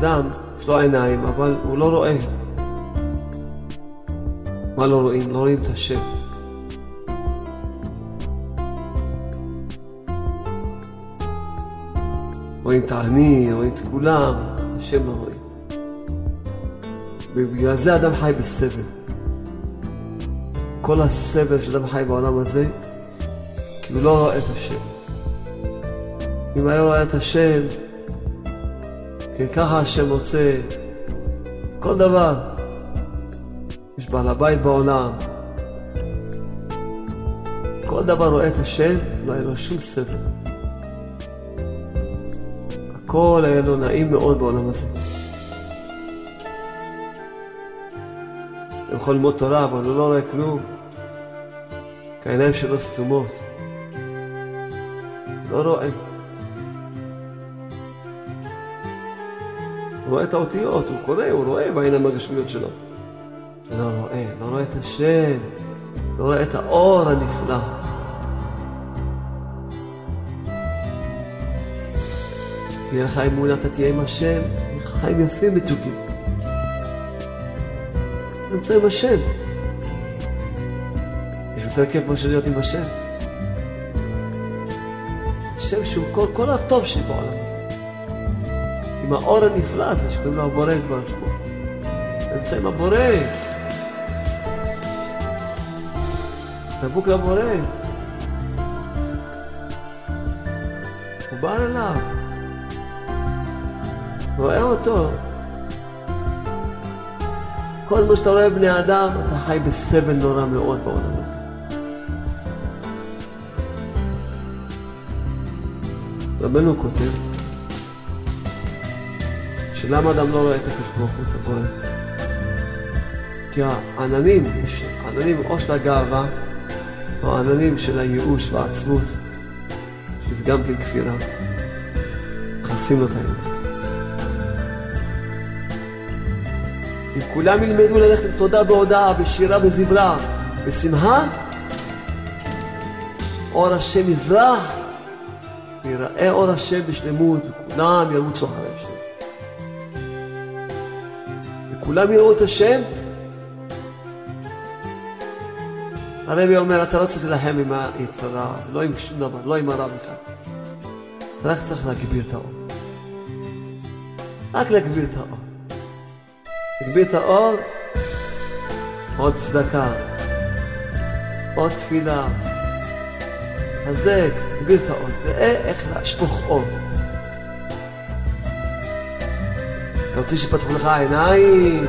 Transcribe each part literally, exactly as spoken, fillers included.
אדם יש לו עיניים, אבל הוא לא רואה. מה לא רואים? לא רואים את השם. רואים את העני, רואים את כולם, את השם לא רואים. ובגלל זה אדם חי בסבל. כל הסבל שאדם חי בעולם הזה, כי הוא לא רואה את השם. אם היה רואה את השם, כן, ככה השם רוצה כל דבר. יש בעל הבית בעולם, כל דבר רואה את השם, לא היה לו שום סבל. הכל היה לו נעים מאוד בעולם הזה. הוא יכול ללמוד תורה, אבל הוא לא רואה כלום, כי העיניים שלו סתומות. לא רואה. הוא רואה את האותיות, הוא קורא, הוא רואה בעיניים הגשמיות שלו. לא רואה, לא רואה את השם, לא רואה את האור הנפלא. תהיה לך אמונה, אתה תהיה עם השם, חיים יפים מתוקים. נמצא עם השם. יש יותר כיף מה להיות עם השם. השם שהוא כל, כל הטוב שבעולם הזה. עם האור הנפלא הזה שקוראים לו הבורא כבר שמו. נמצא עם הבורא. דבוק לבורא. הוא בא אליו. רואה אותו. כל מה שאתה רואה בני אדם, אתה חי בסבל נורא מאוד בעולם הזה. רבנו כותב, שלמה אדם לא רואה את הקדוש ברוך הוא, את הבורא? כי העננים, העננים או של הגאווה, או העננים של הייאוש והעצבות, שזה גם כן כפירה, מכסים לו את העיניים. אם כולם ילמדו ללכת עם תודה בהודעה, בשירה וזמרה, בשמחה, אור השם יזרח, ויראה אור השם בשלמות, וכולם ירוצו אחרי השם. וכולם יראו את השם. הרבי אומר, אתה לא צריך להילחם עם היצרה, לא עם שום דבר, לא עם הרב בכלל. אתה רק צריך להגביר את האור. רק להגביר את האור. תגביר את האור, עוד צדקה, עוד תפילה, חזק, תגביר את האור, ראה איך להשפוך אור. אתה רוצה שפתחו לך העיניים,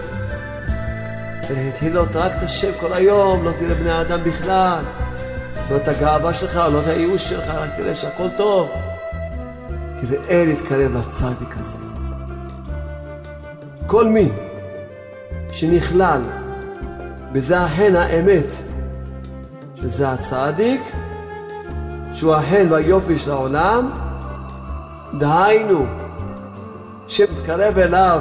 תהילות רק את השם כל היום, לא תראה בני האדם בכלל, לא את הגאווה שלך, לא את הייאוש שלך, רק תראה שהכל טוב. תראה להתקרב לצדיק הזה. כל מי שנכלל בזה ההן האמת, שזה הצדיק, שהוא ההן והיופי של העולם, דהיינו שמתקרב אליו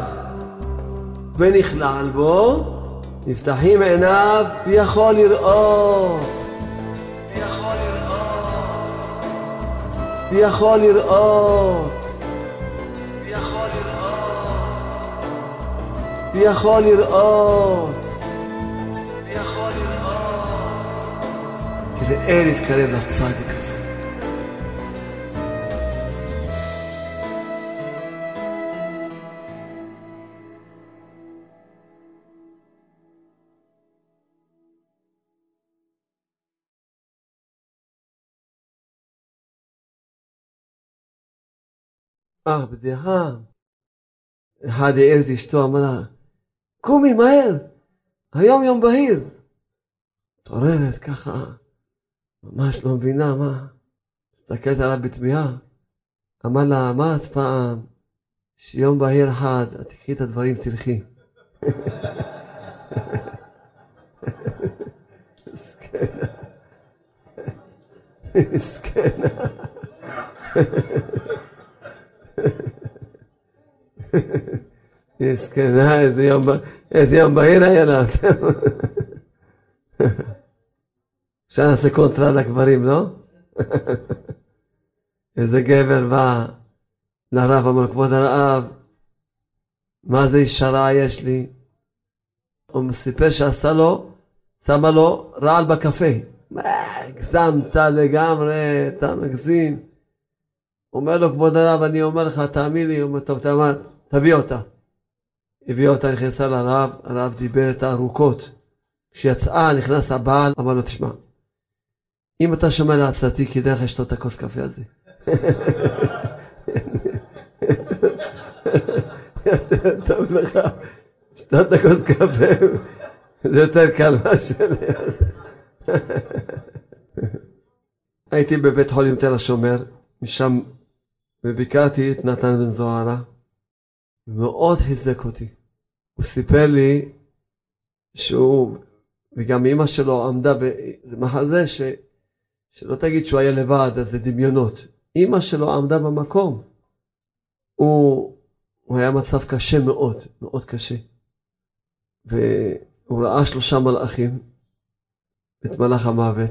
ונכלל בו, נפתחים עיניו ויכול לראות, ויכול לראות, ויכול לראות, ויכול לראות, ויכול לראות, ויכול לראות. תראה להתקרב לצדיק הזה. אה, בדיחה. אחד העיר את אשתו, אמר לה, קומי מהר, היום יום בהיר. תוררת ככה, ממש לא מבינה מה. תסתכלת עליו בתמיהה. אמר לה, אמרת פעם, שיום בהיר אחד, תקחי את הדברים, תלכי. סכנה. סכנה. סכנה, איזה יום בהיר היה לה. עכשיו נעשה קונטרה לגברים, לא? איזה גבר בא לרב, אמר, כבוד הרב, מה זה ישרה יש לי? הוא סיפר שעשה לו, שמה לו רעל בקפה. מה, הגזמת לגמרי, אתה מגזים. אומר לו, כבוד הרב, אני אומר לך, תאמין לי, הוא אומר, טוב, תאמין, תביא אותה. הביא אותה, נכנסה לרב, הרב דיבר את הארוכות. כשיצאה, נכנס הבעל, אמר לו, תשמע, אם אתה שומע לעצתי, כדאי לך לשתות את הכוס קפה הזה. טוב לך, שתות את הכוס קפה, זה יותר קל מה שלי. הייתי בבית חולים תל השומר, משם וביקרתי את נתן בן זוהרה, ומאוד חיזק אותי. הוא סיפר לי שהוא, וגם אמא שלו עמדה, זה מחזה ש, שלא תגיד שהוא היה לבד, אז זה דמיונות. אמא שלו עמדה במקום. הוא, הוא היה מצב קשה מאוד, מאוד קשה. והוא ראה שלושה מלאכים, את מלאך המוות,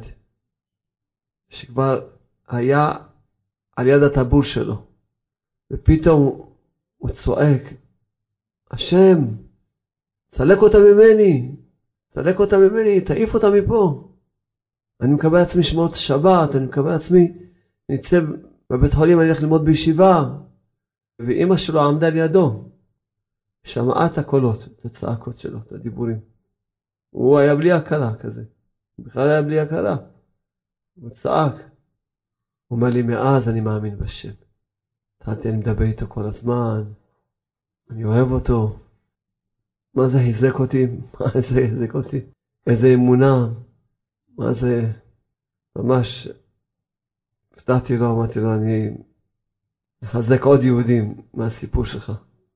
שכבר היה על יד הטבור שלו. ופתאום הוא צועק, השם, סלק אותה ממני, סלק אותה ממני, תעיף אותה מפה. אני מקבל עצמי שמות שבת, אני מקבל עצמי, אני אצא בבית חולים, אני הולך ללמוד בישיבה. ואמא שלו עמדה לידו, שמעה את הקולות, את הצעקות שלו, את הדיבורים. הוא היה בלי הכרה כזה, בכלל היה בלי הכרה. הוא צעק, הוא אומר לי, מאז אני מאמין בשם. תעתי, אני מדבר איתו כל הזמן, אני אוהב אותו. מה זה חיזק אותי? מה זה חיזק אותי? איזה אמונה, מה זה? ממש הפתעתי לו, אמרתי לו, אני מחזק עוד יהודים מהסיפור שלך.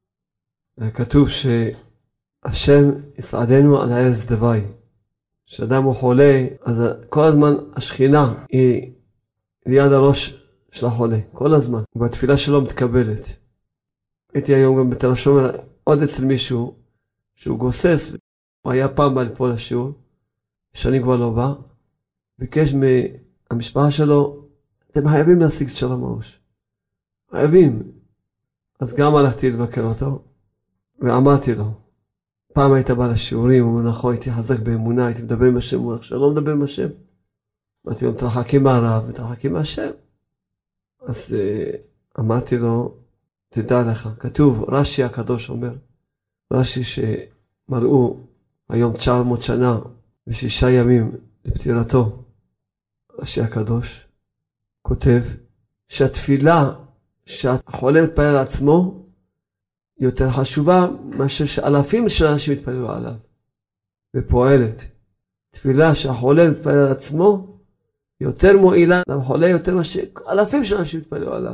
כתוב שהשם יסעדנו על הערש דווי. כשאדם הוא חולה, אז כל הזמן השכינה היא ליד הראש של החולה, כל הזמן. והתפילה שלו מתקבלת. הייתי היום גם בתל השומר, עוד אצל מישהו, שהוא גוסס, הוא היה פעם בא לפה לשיעור, שאני כבר לא בא, ביקש מהמשפחה שלו, אתם חייבים להשיג את שלום הראש. חייבים. אז גם הלכתי לבקר אותו, ואמרתי לו, פעם היית בא לשיעורים, הוא אומר, נכון, הייתי חזק באמונה, הייתי מדבר עם השם, הוא עכשיו לא מדבר עם השם. אמרתי לו, תרחקים מהרב, תרחקים מהשם. אז אמרתי לו, תדע לך, כתוב, רש"י הקדוש אומר, רש"י שמראו היום תשע מאות שנה ושישה ימים לפטירתו, רש"י הקדוש, כותב שהתפילה שהחולה מתפלל על עצמו, יותר חשובה מאשר שאלפים של אנשים מתפללו עליו. ופועלת. תפילה שהחולה מתפלל על עצמו, יותר מועילה לחולה יותר מאשר אלפים של אנשים מתפללו עליו.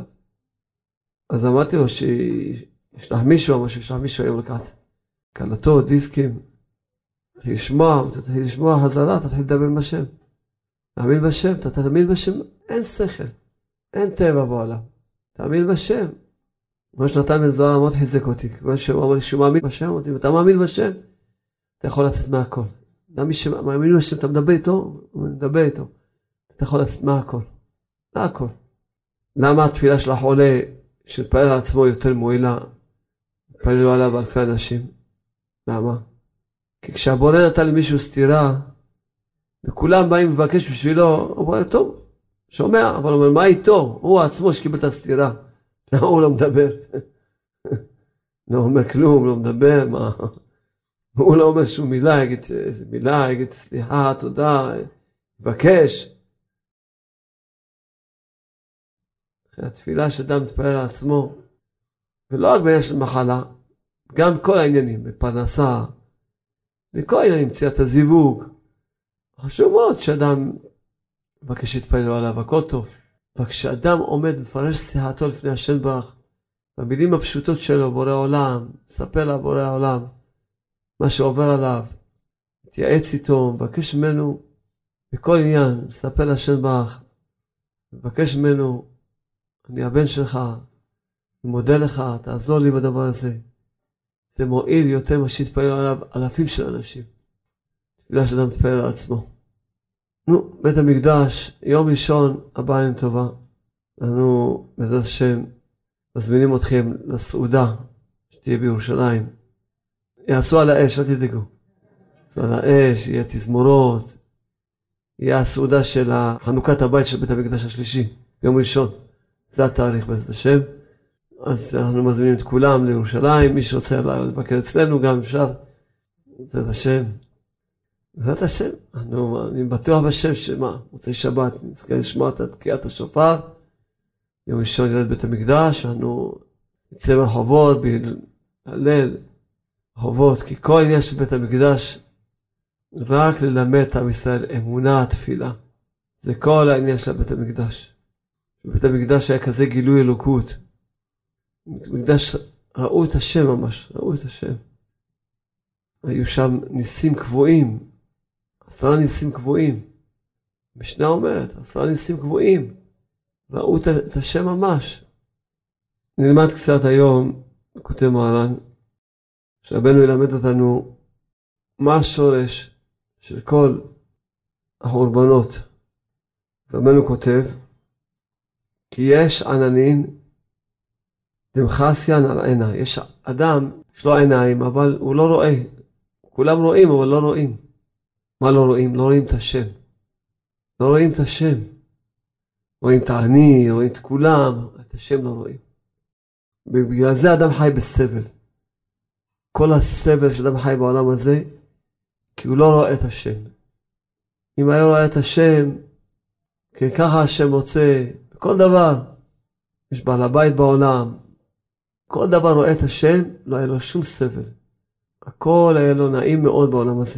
אז אמרתי לו שישלח מישהו, או שישלח מישהו היום לקחת קלטות, דיסקים, תתחיל לשמוע, תתחיל לשמוע חזרה, תתחיל לדבר עם השם. תאמין בשם, אתה תאמין בשם, אין שכל, אין טבע בעולם. תאמין בשם. מה שנתן בן זוהרה מאוד חיזק אותי, כמו שהוא אמר לי שהוא מאמין בשם, אמרתי, אם אתה מאמין בשם, אתה יכול לצאת מהכל. גם מי שמאמין בשם, אתה מדבר איתו, הוא מדבר איתו. אתה יכול לצאת מהכל. מהכל. למה התפילה של החולה, שפעל על עצמו יותר מועילה, פעלו עליו אלפי אנשים? למה? כי כשהבורא נתן למישהו סתירה, וכולם באים לבקש בשבילו, הוא אומר, טוב, שומע, אבל הוא אומר, מה איתו? הוא עצמו שקיבל את הסתירה. למה הוא לא מדבר? לא אומר כלום, לא מדבר, מה? הוא לא אומר שום מילה, יגיד איזה מילה, יגיד סליחה, תודה, בקש. התפילה שאדם מתפלל על עצמו, ולא רק בעניין של מחלה, גם כל העניינים, בפרנסה, וכל העניינים, מציאת הזיווג. חשוב מאוד שאדם מבקש להתפלל עליו, הכל טוב. וכשאדם עומד מפרש שיחתו לפני השם ברך, במילים הפשוטות שלו, בורא עולם, מספר לה בורא העולם, מה שעובר עליו, מתייעץ איתו, מבקש ממנו, בכל עניין, מספר להשם ברך, מבקש ממנו, אני הבן שלך, אני מודה לך, תעזור לי בדבר הזה. זה מועיל יותר מה שהתפלל עליו אלפים של אנשים. תפילה שאדם מתפלל על עצמו. נו, בית המקדש, יום ראשון, הבאה עלינו טובה. אנחנו, בעזרת השם, מזמינים אתכם לסעודה, שתהיה בירושלים. יעשו על האש, אל תדאגו. יעשו על האש, יהיה תזמורות, יהיה הסעודה של חנוכת הבית של בית המקדש השלישי, יום ראשון. זה התאריך בעזרת השם. אז אנחנו מזמינים את כולם לירושלים, מי שרוצה לבקר אצלנו גם אפשר. בעזרת השם. בעזרת השם. אנחנו, אני בטוח בשם שמה, מוצאי שבת, נזכה לשמוע את תקיעת השופר. יום ראשון ילד בית המקדש, אנחנו נצא ברחובות, בהלל, רחובות, כי כל עניין של בית המקדש, רק ללמד את עם ישראל אמונה, תפילה. זה כל העניין של בית המקדש. בבית המקדש היה כזה גילוי אלוקות. בבית המקדש ראו את השם ממש, ראו את השם. היו שם ניסים קבועים, עשרה ניסים קבועים. משנה אומרת, עשרה ניסים קבועים. ראו את השם ממש. נלמד קצת היום, כותב מוהר"ן, שרבנו ילמד אותנו מה השורש של כל החורבנות. רבנו כותב, כי יש עננין דמחסיין על עינה. יש אדם, יש לו עיניים, אבל הוא לא רואה. כולם רואים, אבל לא רואים. מה לא רואים? לא רואים את השם. לא רואים את השם. רואים את העני, רואים את כולם, את השם לא רואים. בגלל זה אדם חי בסבל. כל הסבל שאדם חי בעולם הזה, כי הוא לא רואה את השם. אם היה רואה את השם, כי ככה השם רוצה, בכל דבר, יש בעל הבית בעולם, כל דבר רואה את השם, לא היה לו שום סבל. הכל היה לו נעים מאוד בעולם הזה.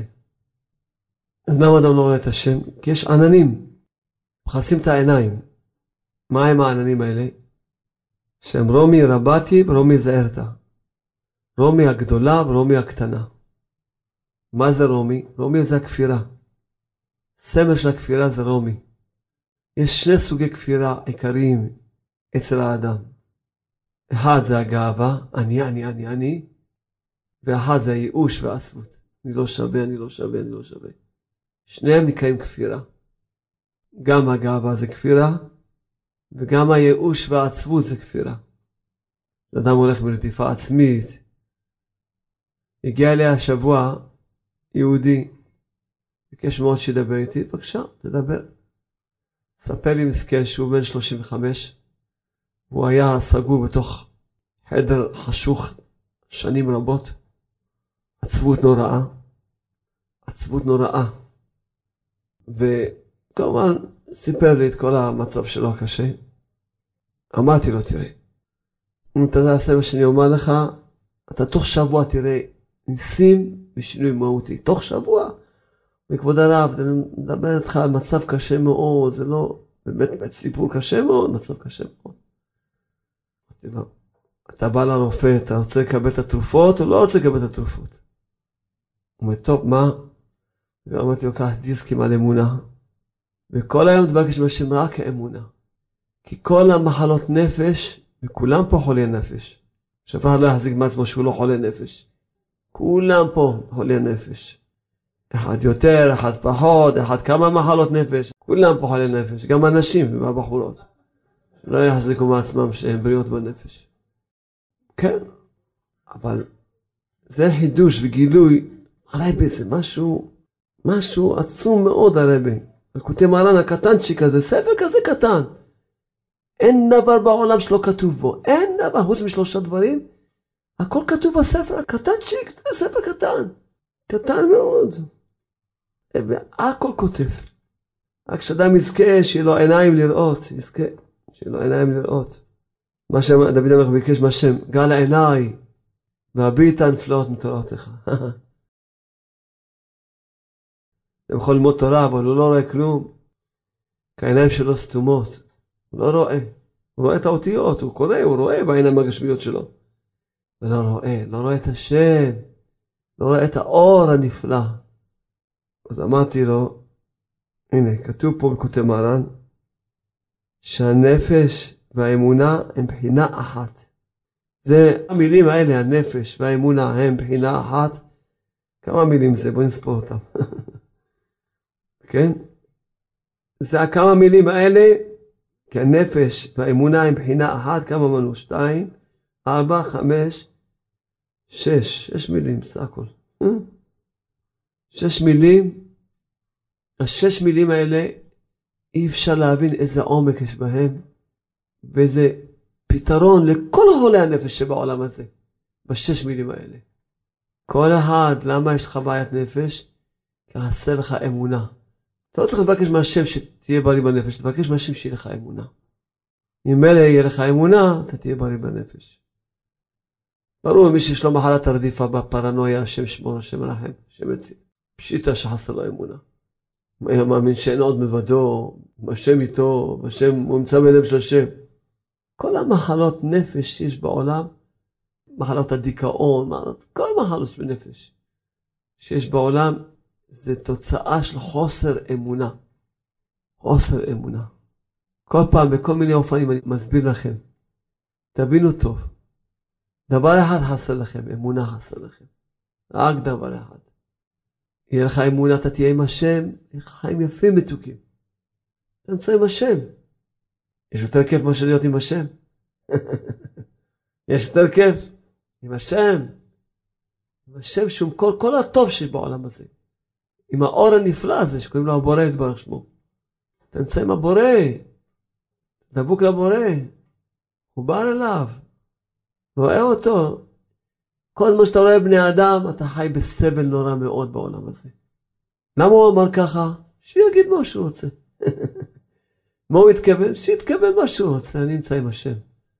אז למה אדם לא רואה את השם? כי יש עננים, מחסים את העיניים. מה הם העננים האלה? שהם רומי רבתי ורומי זערתה. רומי הגדולה ורומי הקטנה. מה זה רומי? רומי זה הכפירה. סמל של הכפירה זה רומי. יש שני סוגי כפירה עיקריים אצל האדם. אחד זה הגאווה, אני, אני, אני, אני. ואחד זה הייאוש ועצבות. אני לא שווה, אני לא שווה, אני לא שווה. שניהם נקראים כפירה. גם הגאווה זה כפירה, וגם הייאוש והעצבות זה כפירה. אדם הולך ברדיפה עצמית. הגיע אליה השבוע יהודי, ביקש מאוד שידבר איתי, בבקשה, תדבר. ספר לי מסכן שהוא בן שלושים וחמש, הוא היה סגור בתוך חדר חשוך שנים רבות, עצבות נוראה, עצבות נוראה, וכמובן סיפר לי את כל המצב שלו הקשה. אמרתי לו, תראה, אם אתה תעשה מה שאני אומר לך, אתה תוך שבוע תראה ניסים ושינוי מהותי, תוך שבוע. מכבוד הרב, אני מדבר איתך על מצב קשה מאוד, זה לא, באמת, באמת סיפור קשה מאוד, מצב קשה מאוד. אמרתי לו, אתה בא לרופא, אתה רוצה לקבל את התרופות או לא רוצה לקבל את התרופות? הוא אומר, טוב, מה? ואמרתי לו, קח דיסקים על אמונה. וכל היום דבקש בשם רק האמונה. כי כל המחלות נפש, וכולם פה חולי נפש. שאף לא יחזיק מעצמו שהוא לא חולה נפש. כולם פה חולי נפש. אחד יותר, אחד פחות, אחד כמה מחלות נפש. כולם פה חולי נפש. גם אנשים והבחורות. לא יחזיקו מעצמם שהם בריאות בנפש. כן. אבל זה חידוש וגילוי. הרבי זה משהו, משהו עצום מאוד הרבי. כותב מרן הקטנצ'יק הזה, ספר כזה קטן. אין דבר בעולם שלא כתוב בו. אין דבר, חוץ משלושה דברים. הכל כתוב בספר הקטנצ'יק, זה ספר קטן. קטן מאוד. והכל כותב. רק שאדם יזכה, שיהיה לו עיניים לראות. יזכה, שיהיה לו עיניים לראות. מה שדוד המלך ביקש מהשם, גל עיניי, והביט הנפלאות מתורתך. הוא יכול ללמוד תורה, אבל הוא לא רואה כלום. כי העיניים שלו סתומות. הוא לא רואה. הוא רואה את האותיות, הוא קורא, הוא רואה בעיניים הגשמיות שלו. ולא רואה, לא רואה את השם. לא רואה את האור הנפלא. אז אמרתי לו, הנה, כתוב פה בכותב מרן, שהנפש והאמונה הם בחינה אחת. זה המילים האלה, הנפש והאמונה הם בחינה אחת. כמה מילים זה? בואו נספור אותם. כן? זה כמה מילים האלה, כי הנפש והאמונה הם בחינה אחת, כמה מנו? שתיים, ארבע, חמש, שש, שש מילים, זה הכל. שש מילים, השש מילים האלה, אי אפשר להבין איזה עומק יש בהם, ואיזה פתרון לכל חולי הנפש שבעולם הזה, בשש מילים האלה. כל אחד, למה יש לך בעיית נפש? כי חסר לך אמונה. אתה לא צריך לבקש מהשם שתהיה בריא בנפש, תבקש מהשם שיהיה לך אמונה. אם אלה יהיה לך אמונה, אתה תהיה בריא בנפש. ברור, מי שיש לו מחלת הרדיפה בפרנויה, השם שמור, השם מרחם, השם מציל. פשיטה שחסר לו אמונה. הוא היה מאמין שאין עוד מבדו, בשם איתו, בשם, הוא נמצא בידם של השם. כל המחלות נפש שיש בעולם, מחלות הדיכאון, מחלות, כל מחלות בנפש שיש בעולם, זה תוצאה של חוסר אמונה. חוסר אמונה. כל פעם, בכל מיני אופנים, אני מסביר לכם. תבינו טוב. דבר אחד חסר לכם, אמונה חסר לכם. רק דבר אחד. יהיה לך אמונה, אתה תהיה עם השם, יהיה לך חיים יפים מתוקים. אתה נמצא עם השם. יש יותר כיף מה להיות עם השם. יש יותר כיף. עם השם. עם השם שהוא כל, כל הטוב שיש בעולם הזה. עם האור הנפלא הזה שקוראים לו הבורא יתברך שמו. אתה נמצא עם הבורא. דבוק לבורא. הוא בא אליו. רואה אותו. כל זמן שאתה רואה בני אדם, אתה חי בסבל נורא מאוד בעולם הזה. למה הוא אמר ככה? שיגיד מה שהוא רוצה. מה הוא התכוון? שיתכוון מה שהוא רוצה. אני נמצא עם השם.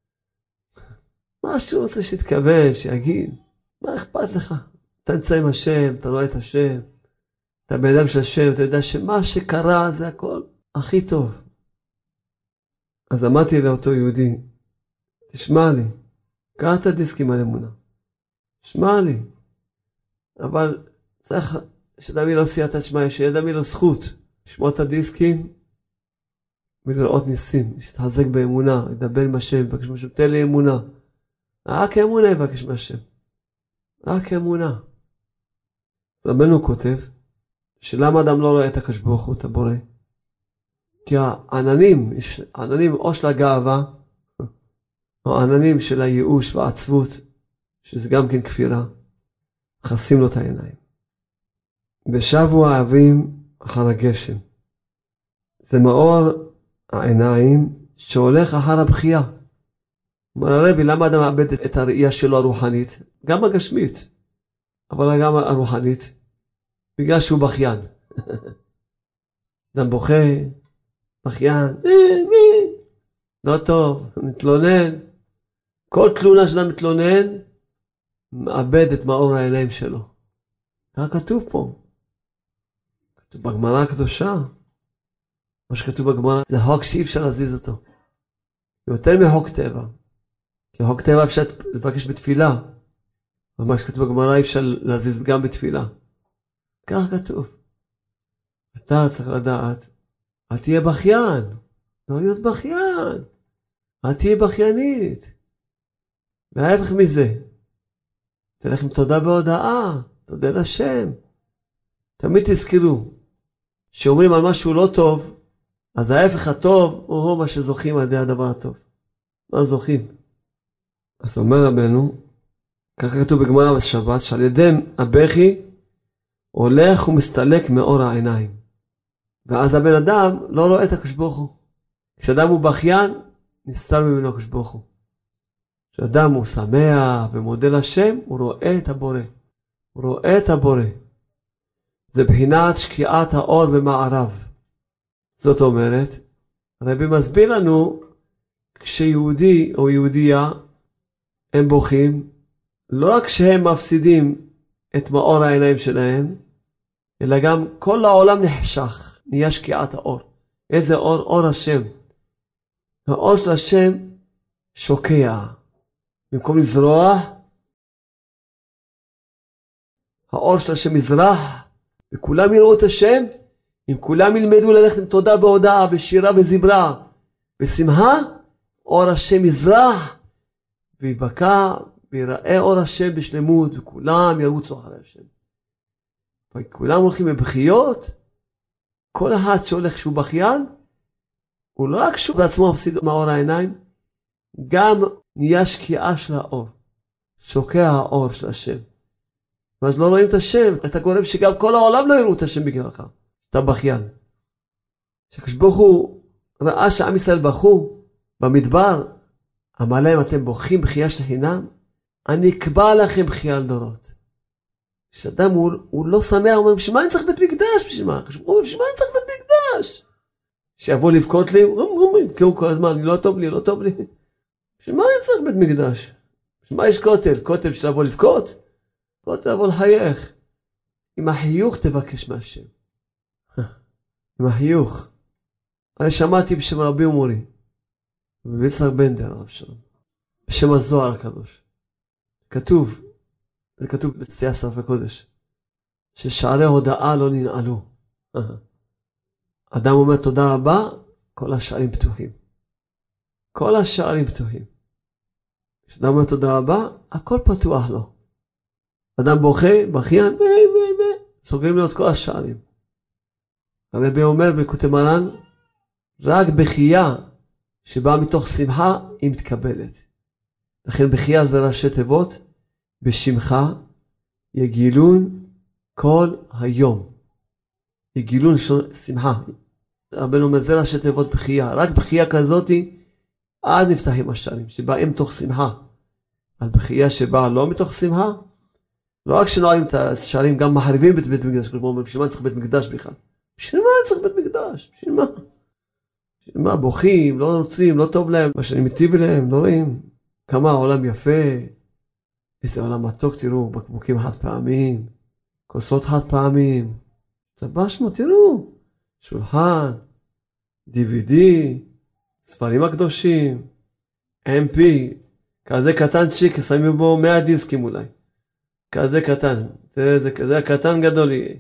מה שהוא רוצה שיתכוון, שיגיד. מה אכפת לך? אתה נמצא עם השם, אתה רואה את השם. אתה בידם של השם, אתה יודע שמה שקרה זה הכל הכי טוב. אז אמרתי לאותו יהודי, תשמע לי, קרא את הדיסקים על אמונה. תשמע לי. אבל צריך שדמי לא סייעת תשמע, שידמי לו זכות לשמוע את הדיסקים ולראות ניסים, שתחזק באמונה, לדבר עם השם, לבקש משהו, תן לי אמונה. רק אמונה יבקש מהשם. רק אמונה. רבנו כותב, שלמה אדם לא רואה את הקדוש ברוך הוא, את הבורא? כי העננים, יש עננים או של הגאווה, או העננים של הייאוש והעצבות, שזה גם כן כפירה, חסים לו את העיניים. ושבו האבים אחר הגשם. זה מאור העיניים שהולך אחר הבחייה. אומר הרבי, למה אדם מאבד את הראייה שלו הרוחנית? גם הגשמית, אבל גם הרוחנית. בגלל שהוא בכיין. אדם בוכה, בכיין, לא טוב, מתלונן. כל תלונה שאדם מתלונן, מאבד את מאור העיניים שלו. מה כתוב פה? כתוב בגמרא הקדושה. מה שכתוב בגמרא זה חוק שאי אפשר להזיז אותו. יותר מחוק טבע. כי חוק טבע אפשר לבקש בתפילה. אבל מה שכתוב בגמרא אי אפשר להזיז גם בתפילה. כך כתוב. אתה צריך לדעת, אל תהיה בכיין. לא להיות בכיין. אל תהיה בכיינית. וההפך מזה. תלך עם תודה והודאה. תודה לשם. תמיד תזכרו. שאומרים על משהו לא טוב, אז ההפך הטוב הוא מה שזוכים על ידי הדבר הטוב. מה זוכים? אז אומר רבנו, ככה כתוב בגמרא בשבת, שעל ידי הבכי הולך ומסתלק מאור העיניים. ואז הבן אדם לא רואה את הקדוש ברוך הוא. כשאדם הוא בכיין, נסתר ממנו הקדוש ברוך הוא. כשאדם הוא שמח ומודה לשם, הוא רואה את הבורא. הוא רואה את הבורא. זה בחינת שקיעת האור במערב. זאת אומרת, הרבי מסביר לנו, כשיהודי או יהודייה הם בוכים, לא רק שהם מפסידים את מאור העיניים שלהם, אלא גם כל העולם נחשך, נהיה שקיעת האור. איזה אור? אור השם. האור של השם שוקע. במקום לזרוח, האור של השם מזרח, וכולם יראו את השם, אם כולם ילמדו ללכת עם תודה בהודעה, ושירה וזמרה, ושמחה, אור השם מזרח, ויבקע, ויראה אור השם בשלמות, וכולם ירוצו אחרי השם. וכולם הולכים בבכיות, כל אחד שהולך שהוא בכיין, הוא לא רק שהוא בעצמו מפסיד מאור העיניים, גם נהיה שקיעה של האור. שוקע האור של השם. ואז לא רואים את השם, אתה גורם שגם כל העולם לא יראו את השם בגללך. אתה בכיין. כשברוך הוא ראה שעם ישראל בכו במדבר, אמר להם, אתם בוכים בחייה של חינם? אני אקבע לכם בחייה על דורות. כשאדם הוא, הוא לא שמח, הוא אומר, בשביל מה אני צריך בית מקדש? בשביל מה? הוא אומר, בשביל מה אני צריך בית מקדש? שיבוא לבכות לי, יבכו כל הזמן, לא טוב לי, לא טוב לי. בשביל מה אני צריך בית מקדש? בשביל מה יש כותל? כותל בשביל לבוא לבכות? כותל לבוא לחייך. עם החיוך תבקש מהשם. עם החיוך. אני שמעתי בשם רבי ומורי, ויצחק בנדר הרב שלום, בשם הזוהר הקדוש. כתוב, זה כתוב בצייה ספר קודש, ששערי הודאה לא ננעלו. אדם אומר תודה רבה, כל השערים פתוחים. כל השערים פתוחים. כשאדם אומר תודה רבה, הכל פתוח לו. אדם בוכה, בכיין, סוגרים לו את כל השערים. הרבי אומר בקוטי מרן, רק בחייה שבאה מתוך שמחה היא מתקבלת. לכן בחייה זה ראשי תיבות, בשמך יגילון כל היום. יגילון שמחה. הרבנו אומר זה ראשי תיבות בחייה. רק בחייה כזאת אז נפתחים השערים, שבאים מתוך שמחה. על בחייה שבאה לא מתוך שמחה, לא רק שנועלים את השערים, גם מחריבים בית מקדש. כלומר, בשביל מה צריך בית מקדש בכלל? בשביל מה צריך בית מקדש? בשביל מה? בשביל מה? בוכים, לא רוצים, לא טוב להם. מה שאני מטיב אליהם, לא רואים. כמה העולם יפה. איזה עולם מתוק, תראו, בקבוקים חד פעמים, כוסות חד פעמים. תבשנו, תראו. שולחן, די וי די, ספרים הקדושים, אם פי, כזה קטנצ'יק, שמים בו מאה דיסקים אולי. כזה קטן, זה, זה, זה הקטן גדול יהיה.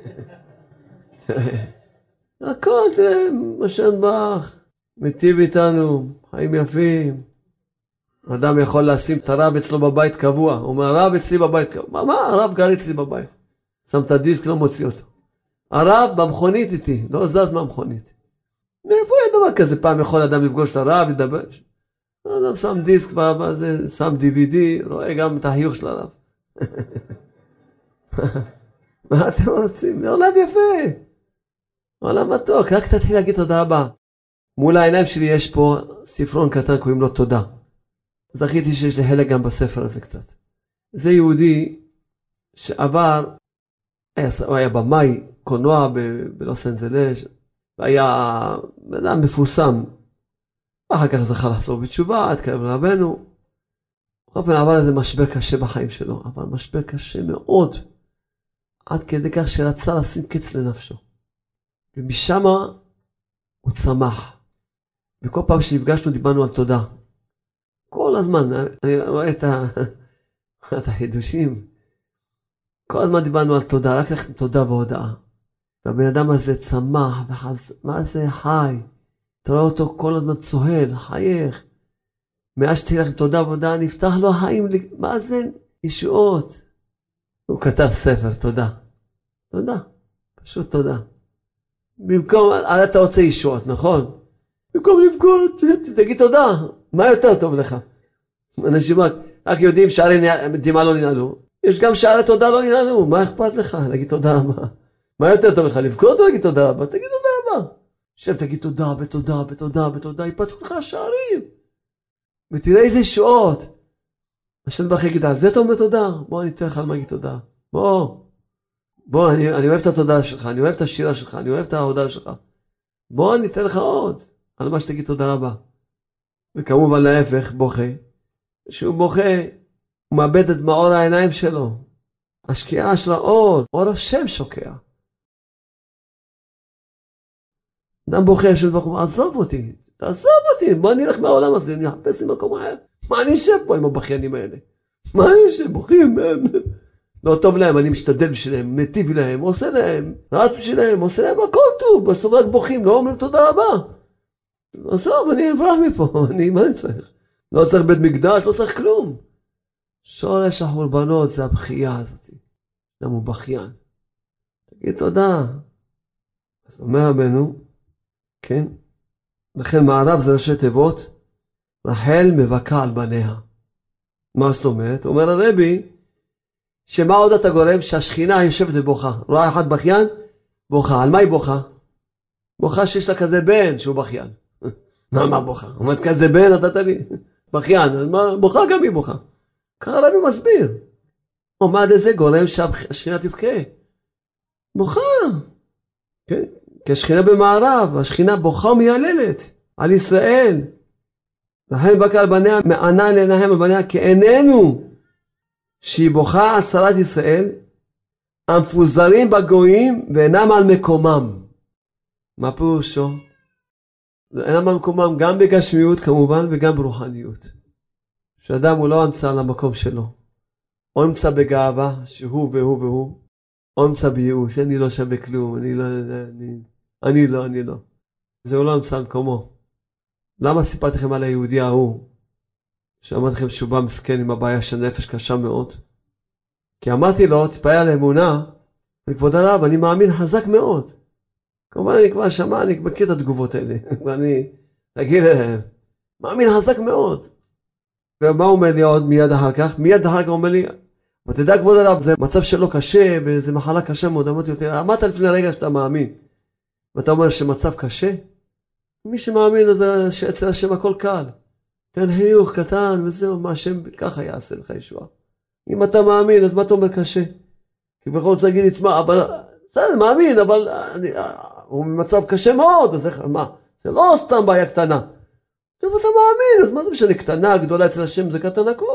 הכל, תראה, משן בח, מטיב איתנו, חיים יפים. אדם יכול לשים את הרב אצלו בבית קבוע. הוא אומר, הרב אצלי בבית קבוע. מה, מה? הרב גר אצלי בבית. שם את הדיסק, לא מוציא אותו. הרב במכונית איתי, לא זז מהמכונית. מאיפה היה דבר כזה? פעם יכול אדם לפגוש את הרב, ידבר. אדם שם דיסק, זה, שם די וי די, רואה גם את החיוך של הרב. מה אתם רוצים? זה עולם יפה. עולם מתוק, רק תתחיל להגיד תודה רבה. מול העיניים שלי יש פה ספרון קטן, קוראים לו תודה. זכיתי שיש לי חלק גם בספר הזה קצת. זה יהודי שעבר, היה, הוא היה במאי, קולנוע ב- בלוס אנג'לס, והיה אדם מפורסם. ואחר כך זכה לחזור בתשובה, התקרב לרבנו. רבנו עבר איזה משבר קשה בחיים שלו, אבל משבר קשה מאוד, עד כדי כך שרצה לשים קץ לנפשו. ומשם הוא צמח. וכל פעם שנפגשנו דיברנו על תודה. כל הזמן, אני רואה את, ה... את החידושים. כל הזמן דיברנו על תודה, רק לכם תודה והודעה. והבן אדם הזה צמח וחז... מה זה חי? אתה רואה אותו כל הזמן צוהל, חייך. מאז שתהיה לכם תודה והודעה, נפתח לו החיים, מה זה? ישועות. הוא כתב ספר, תודה. תודה, פשוט תודה. במקום, הרי אתה רוצה ישועות, נכון? במקום לבכות, תגיד תודה. מה יותר טוב לך? אנשים רק, רק יודעים שערי דמעה לא ננעלו. יש גם שערי תודה לא ננעלו. מה אכפת לך? להגיד תודה רבה. מה יותר טוב לך? לבכות או להגיד תודה רבה? תגיד תודה רבה. שב תגיד תודה ותודה ותודה ותודה. יפתחו לך השערים. ותראה איזה שעות. השם ברוך יגיד, על זה אתה אומר תודה? בוא אני אתן לך על מה להגיד תודה. בוא. בוא, אני, אני אוהב את התודה שלך. אני אוהב את השירה שלך. אני אוהב את ההודעה שלך. בוא אני אתן לך עוד. על מה שתגיד תודה רבה. וכמובן להפך, בוכה. שהוא בוכה, הוא מאבד את מאור העיניים שלו. השקיעה של האור, אור השם שוקע. אדם בוכה, שהוא בוכה, עזוב אותי, תעזוב אותי, בוא נלך מהעולם הזה, אני אחפש לי מקום אחר. מה אני אשב פה עם הבכיינים האלה? מה אני אשב? בוכים, לא טוב להם, אני משתדל בשבילם, מטיב להם, עושה להם, רץ בשבילם, עושה להם הכל טוב, בסוף רק בוכים, לא אומרים תודה רבה. עזוב, אני אברח מפה, אני, מה אני צריך? לא צריך בית מקדש, לא צריך כלום. שורש החורבנות זה הבכייה הזאת. למה הוא בכיין? תגיד תודה. אז אומר רבנו, כן? לכן מערב זה ראשי תיבות, רחל מבכה על בניה. מה זאת אומרת? אומר הרבי, שמה עוד אתה גורם? שהשכינה יושבת ובוכה. רואה אחד בכיין? בוכה. על מה היא בוכה? בוכה שיש לה כזה בן שהוא בכיין. מה, מה בוכה? אומרת כזה בן, נתת לי? בכיין. אז מה, בוכה גם היא בוכה. ככה הרבי מסביר. עומד איזה גורם שהשכינה תבכה. בוכה. כן? כי השכינה במערב, השכינה בוכה ומייללת על ישראל. לכן בקה על בניה, מענה לעיניהם על בניה, כי איננו שהיא בוכה על צרת ישראל, המפוזרים בגויים ואינם על מקומם. מה פירושו? אינם על מקומם גם בגשמיות כמובן וגם ברוחניות. שאדם הוא לא נמצא על המקום שלו. או נמצא בגאווה שהוא והוא והוא, או נמצא בייאוש, אני לא שווה כלום, אני לא, אני, אני לא, אני לא. זה הוא לא נמצא על מקומו. למה סיפרתי לכם על היהודי ההוא? שאמרתי לכם שהוא בא מסכן עם הבעיה של נפש קשה מאוד. כי אמרתי לו, תתפלל על אמונה, וכבוד הרב, אני מאמין חזק מאוד. כמובן אני כבר שמע, אני מכיר את התגובות האלה. ואני אגיד להם, מאמין חזק מאוד. ומה הוא אומר לי עוד מיד אחר כך? מיד אחר כך הוא אומר לי, ותדע כבוד הרב, זה מצב שלו קשה, וזה מחלה קשה מאוד. אמרתי לו, אמרת לפני רגע שאתה מאמין. ואתה אומר שמצב קשה? מי שמאמין, אז שאצל השם הכל קל. תן חיוך קטן וזהו, מה השם ככה יעשה לך ישועה. אם אתה מאמין, אז מה אתה אומר קשה? כי בכל זאת להגיד לי, תשמע, אבל, בסדר, מאמין, אבל אני, הוא במצב קשה מאוד, אז איך, מה? זה לא סתם בעיה קטנה. טוב, אתה מאמין, אז מה זה משנה? קטנה, גדולה אצל השם, זה קטן הכל.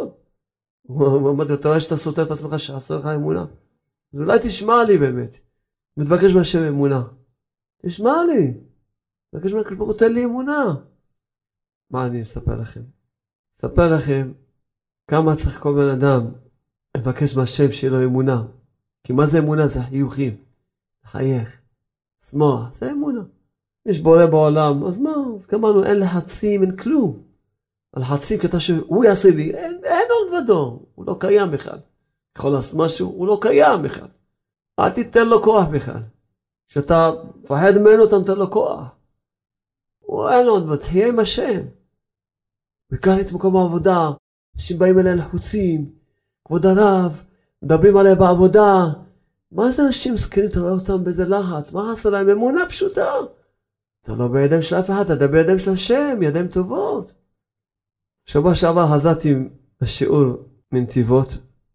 הוא אמרתי, אתה רואה שאתה סותר את עצמך, שעשה לך אמונה. אז אולי תשמע לי באמת. מתבקש מהשם אמונה. תשמע לי. מתבקש מהקדוש ברוך הוא, תן לי אמונה. מה אני אספר לכם? אספר לכם כמה צריך כל בן אדם לבקש מהשם שיהיה לו אמונה. כי מה זה אמונה? זה חיוכים. חייך. שמוח. זה אמונה. יש בורא בעולם, אז מה? אז כמובן אין לחצים, אין כלום. הלחצים כתב שהוא יעשה לי, אין, אין עוד ודו. הוא לא קיים בכלל. יכול לעשות משהו, הוא לא קיים בכלל. אל תיתן לו כוח בכלל. כשאתה פחד ממנו, אתה נותן לו כוח. הוא אין עוד, ותהיה עם השם. וכאן את מקום העבודה, אנשים באים אליי לחוצים, כבוד הרב, מדברים עליהם בעבודה. מה זה אנשים מסכנים, אתה רואה אותם באיזה לחץ? מה עשה להם? אמונה פשוטה. אתה לא בידיים של אף אחד, אתה בידיים של השם, ידיים טובות. שבוע שעבר חזרתי בשיעור מנתיבות,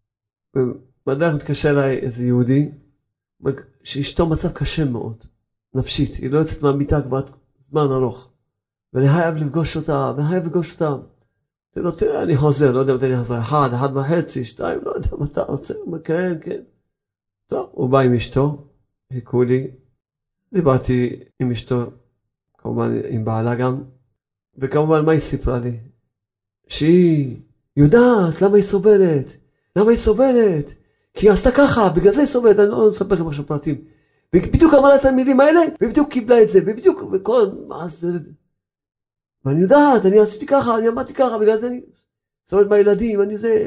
ובדרך מתקשר אליי איזה יהודי, שאשתו מצב קשה מאוד, נפשית, היא לא יוצאת מהמיטה כבר זמן ארוך, ואני חייב לפגוש אותה, ואני חייב לפגוש אותה. תראה, תראה, אני חוזר, לא יודע מתי אני חוזר, אחד, אחד וחצי, שתיים, לא יודע מתי רוצה, הוא אומר, כן, כן. טוב, הוא בא עם אשתו, חיכו לי, דיברתי עם אשתו, כמובן עם בעלה גם, וכמובן מה היא סיפרה לי? שהיא יודעת למה היא סובלת, למה היא סובלת, כי היא עשתה ככה, בגלל זה היא סובלת, אני לא אספר לכם עכשיו פרטים. ובדיוק אמרה את המילים האלה, ובדיוק קיבלה את זה, ובדיוק, וכל, מה זה, ואני יודעת, אני עשיתי ככה, אני אמרתי ככה, בגלל זה אני סובלת מהילדים, אני זה,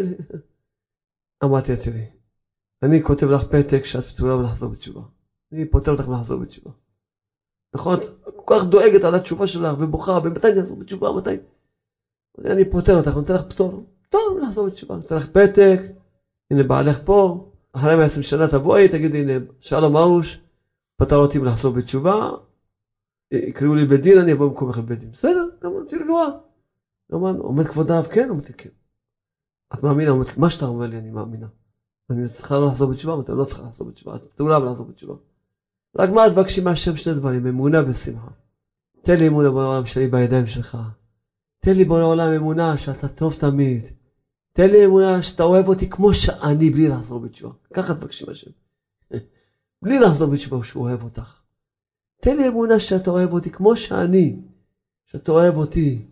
אמרתי את תראי, אני כותב לך פתק שאת פתורה ולחזור בתשובה, אני פותר אותך לחזור בתשובה. נכון, כל כך דואגת על התשובה שלך, ובוכה, ומתי אני אחזור בתשובה, מתי? אני פותר אותך, אני נותן לך פתור, טוב, לחזור בתשובה, אני נותן לך פתק, הנה בעלך פה, אחרי מאה ועשרים שנה תבואי, תגידי, הנה, שלום ארוש, פתר אותי לחזור בתשובה, יקראו לי בדין, אני אבוא במקום אחר בדין. בסדר, גם אמרתי רגועה. עומד כבוד הרב, כן? אמרתי, כן. את מאמינה? אמרתי, מה שאתה אומר לי, אני מאמינה. אני צריכה לא לחזור בתשובה, אמרתי, לא צריכה לחזור בתשובה, אתה תאולה ולחזור בתשובה. רק מה תבקשי מהשם שני דברים, אמונה ושמחה. תן לי אמונה בעולם שלי בידיים שלך. תן לי בעולם אמונה שאתה טוב תמיד. תן לי אמונה שאתה אוהב אותי כמו שאני, בלי לחזור בתשובה. ככה תבקשי מהשם. בלי לחזור בתשובה שהוא אוהב אותך. תן לי אמונה שאתה אוהב אותי כמו שאני, שאתה אוהב אותי.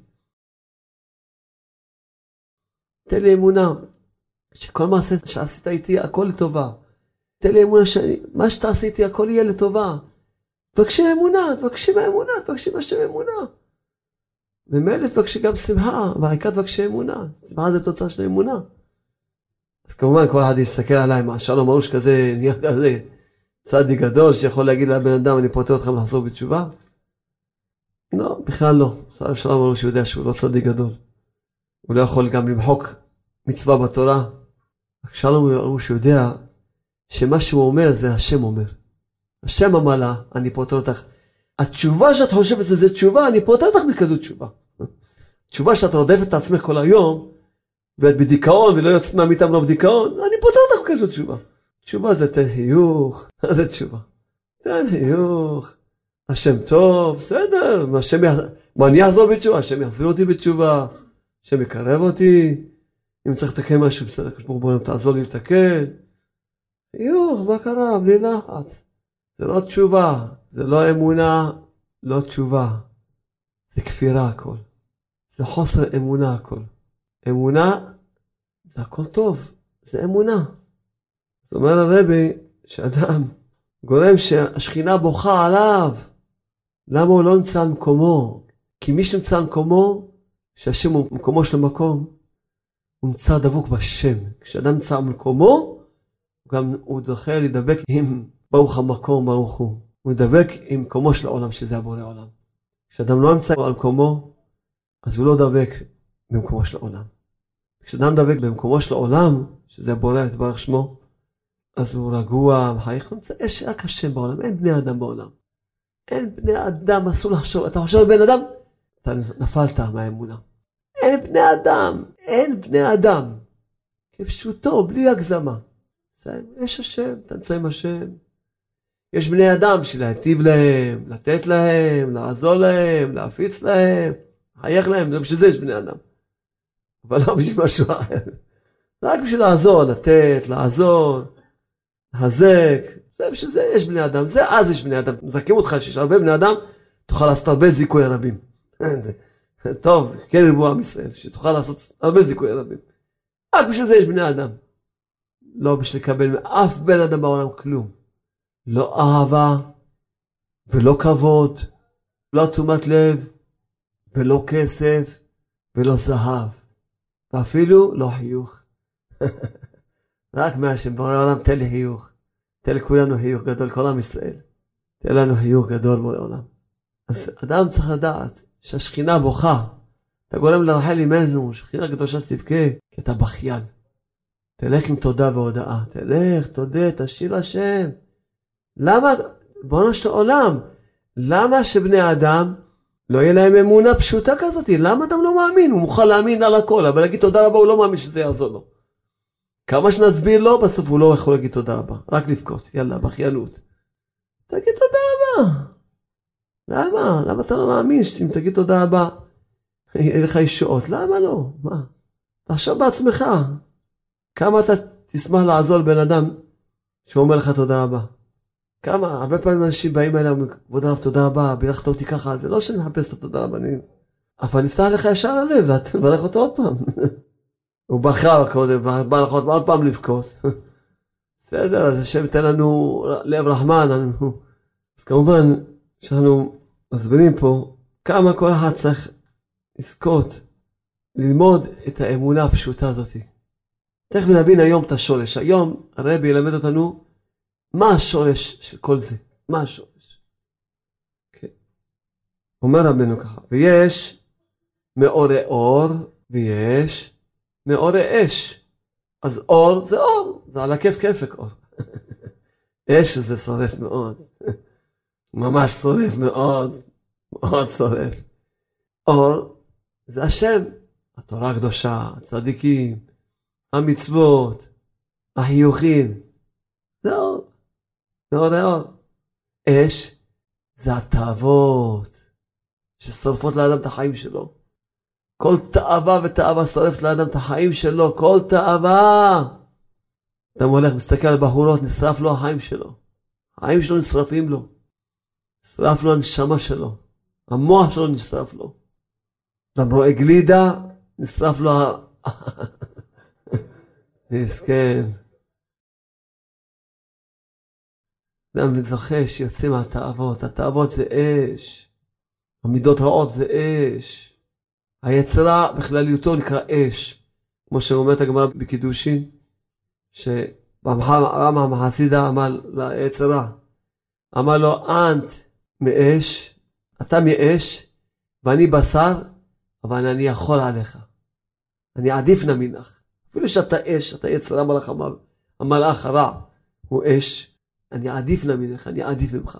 תן לי אמונה שכל מה שעשית איתי הכל לטובה. תן לי אמונה שמה שאתה עשיתי הכל יהיה לטובה. תבקשי אמונה, תבקשי מהאמונה, תבקשי מהשם אמונה. ומילא תבקשי גם שמחה, אבל העיקר תבקשי אמונה. שמחה זה תוצאה של אמונה. אז כמובן כל אחד יסתכל עליי, מה שלום ארוש כזה, נהיה כזה. צדיק גדול שיכול להגיד לבן אדם, אני פותר אתכם לחזור בתשובה? לא, בכלל לא. שלום ארוש יודע שהוא לא צדיק גדול. הוא לא יכול גם למחוק מצווה בתורה. רק שלום הראש יודע שמה שהוא אומר זה השם אומר. השם אמר לה, אני פותר אותך. התשובה שאת חושבת זה, זה תשובה, אני פותר אותך מכזאת תשובה. תשובה שאת רודפת את עצמך כל היום, ואת בדיכאון ולא יוצאת מהמיטה מרוב דיכאון, אני פותר אותך מכזאת תשובה. תשובה זה תן חיוך, זה תשובה. תן חיוך, השם טוב, בסדר, השם יח... מה אני אחזור בתשובה? השם יחזיר אותי בתשובה, השם יקרב אותי, אם צריך לתקן משהו, בסדר, כשבור בוא תעזור לי לתקן. חיוך, מה קרה? בלי לחץ. זה לא תשובה, זה לא אמונה, לא תשובה. זה כפירה הכל. זה חוסר אמונה הכל. אמונה, זה הכל טוב, זה אמונה. זאת אומרת הרבי, שאדם גורם שהשכינה בוכה עליו. למה הוא לא נמצא על מקומו? כי מי שנמצא על מקומו, שהשם הוא מקומו של המקום, הוא נמצא דבוק בשם. כשאדם נמצא על מקומו, גם הוא דוחה להידבק עם ברוך המקום, ברוך הוא. הוא מדבק עם מקומו של העולם, שזה הבורא העולם. כשאדם לא נמצא על מקומו, אז הוא לא דבק במקומו של העולם. כשאדם דבק במקומו של העולם, שזה הבורא, יתברך שמו, אז הוא רגוע, מחייך, יש רק השם בעולם, אין בני אדם בעולם. אין בני אדם, אסור לחשוב, אתה חושב על בן אדם, אתה נפלת מהאמונה. אין בני אדם, אין בני אדם. כפשוטו, בלי הגזמה. יש השם, אתה נמצא עם השם. יש בני אדם שלהטיב להם, לתת להם, לעזור להם, להפיץ להם, לחייך להם, זה בשביל זה יש בני אדם. אבל לא בשביל משהו אחר. רק בשביל לעזור, לתת, לעזור, לחזק. זה בשביל זה יש בני אדם, זה אז יש בני אדם. מזכים אותך שיש הרבה בני אדם, תוכל לעשות הרבה זיכוי רבים. טוב, כן ריבוע עם ישראל, שתוכל לעשות הרבה זיכוי רבים. רק בשביל זה יש בני אדם. לא בשביל לקבל מאף בן אדם בעולם כלום. לא אהבה, ולא כבוד, לא תשומת לב, ולא כסף, ולא זהב. ואפילו לא חיוך. רק מהשם, בורא העולם, תן לי חיוך. תן לכולנו חיוך גדול, כל עם ישראל. תן לנו חיוך גדול בורא העולם. אז אדם צריך לדעת שהשכינה בוכה. אתה גורם לרחל אימנו, שכינה קדושה שתבכה, כי אתה בכיין. תלך עם תודה והודאה. תלך, תודה, תשאיר השם. למה, בואו של עולם, למה שבני אדם לא יהיה להם אמונה פשוטה כזאת? למה אדם לא מאמין? הוא מוכן להאמין על הכל, אבל להגיד תודה רבה הוא לא מאמין שזה יעזור לו. כמה שנסביר לו, בסוף הוא לא יכול להגיד תודה רבה, רק לבכות, יאללה, בכיינות. תגיד תודה רבה. למה? למה אתה לא מאמין שאם תגיד תודה רבה, יהיה לך ישועות? למה לא? מה? תחשוב בעצמך. כמה אתה תשמח לעזור לבן אדם שאומר לך תודה רבה? כמה? הרבה פעמים אנשים באים אליהם, כבוד הרב תודה רבה, בירכת אותי ככה, זה לא שאני מחפש את התודה רבה, אני... אבל נפתח לך ישר הלב, לברך אותו עוד פעם. הוא בחר קודם, בא לך עוד פעם לבכות. בסדר, אז השם ייתן לנו לב רחמן. אנחנו... אז כמובן שאנחנו מסבירים פה כמה כל אחד צריך לזכות, ללמוד את האמונה הפשוטה הזאת. תכף נבין היום את השורש. היום הרבי ילמד אותנו מה השורש של כל זה? מה השורש? כן. אומר רבנו ככה, ויש מאורי אור ויש מאורי אש. אז אור זה אור, זה על הכיף כיפק אור. אש זה שורף מאוד. ממש שורף מאוד, מאוד שורף. אור זה השם, התורה הקדושה, הצדיקים, המצוות, החיוכים. זה אור. מאורי אור. אש זה התאוות ששורפות לאדם את החיים שלו. כל תאווה ותאווה שורפת לאדם את החיים שלו. כל תאווה. אתה הולך, מסתכל על בחורות, נשרף לו החיים שלו. החיים שלו נשרפים לו. נשרף לו הנשמה שלו. המוח שלו נשרף לו. גם רואה גלידה, נשרף לו ה... מסכן. אדם זוכה שיוצאים מהתאוות. התאוות זה אש. המידות רעות זה אש. היצרה בכלליותו נקרא אש. כמו שאומרת הגמרא בקידושין, שרמב"ם החסידה אמר ליצרה, אמר לו, אנט מאש, אתה מאש, ואני בשר, אבל אני יכול עליך. אני עדיף נמינך. אפילו שאתה אש, אתה יצר המלאך, המלאך הרע הוא אש, אני עדיף ממך, אני עדיף ממך.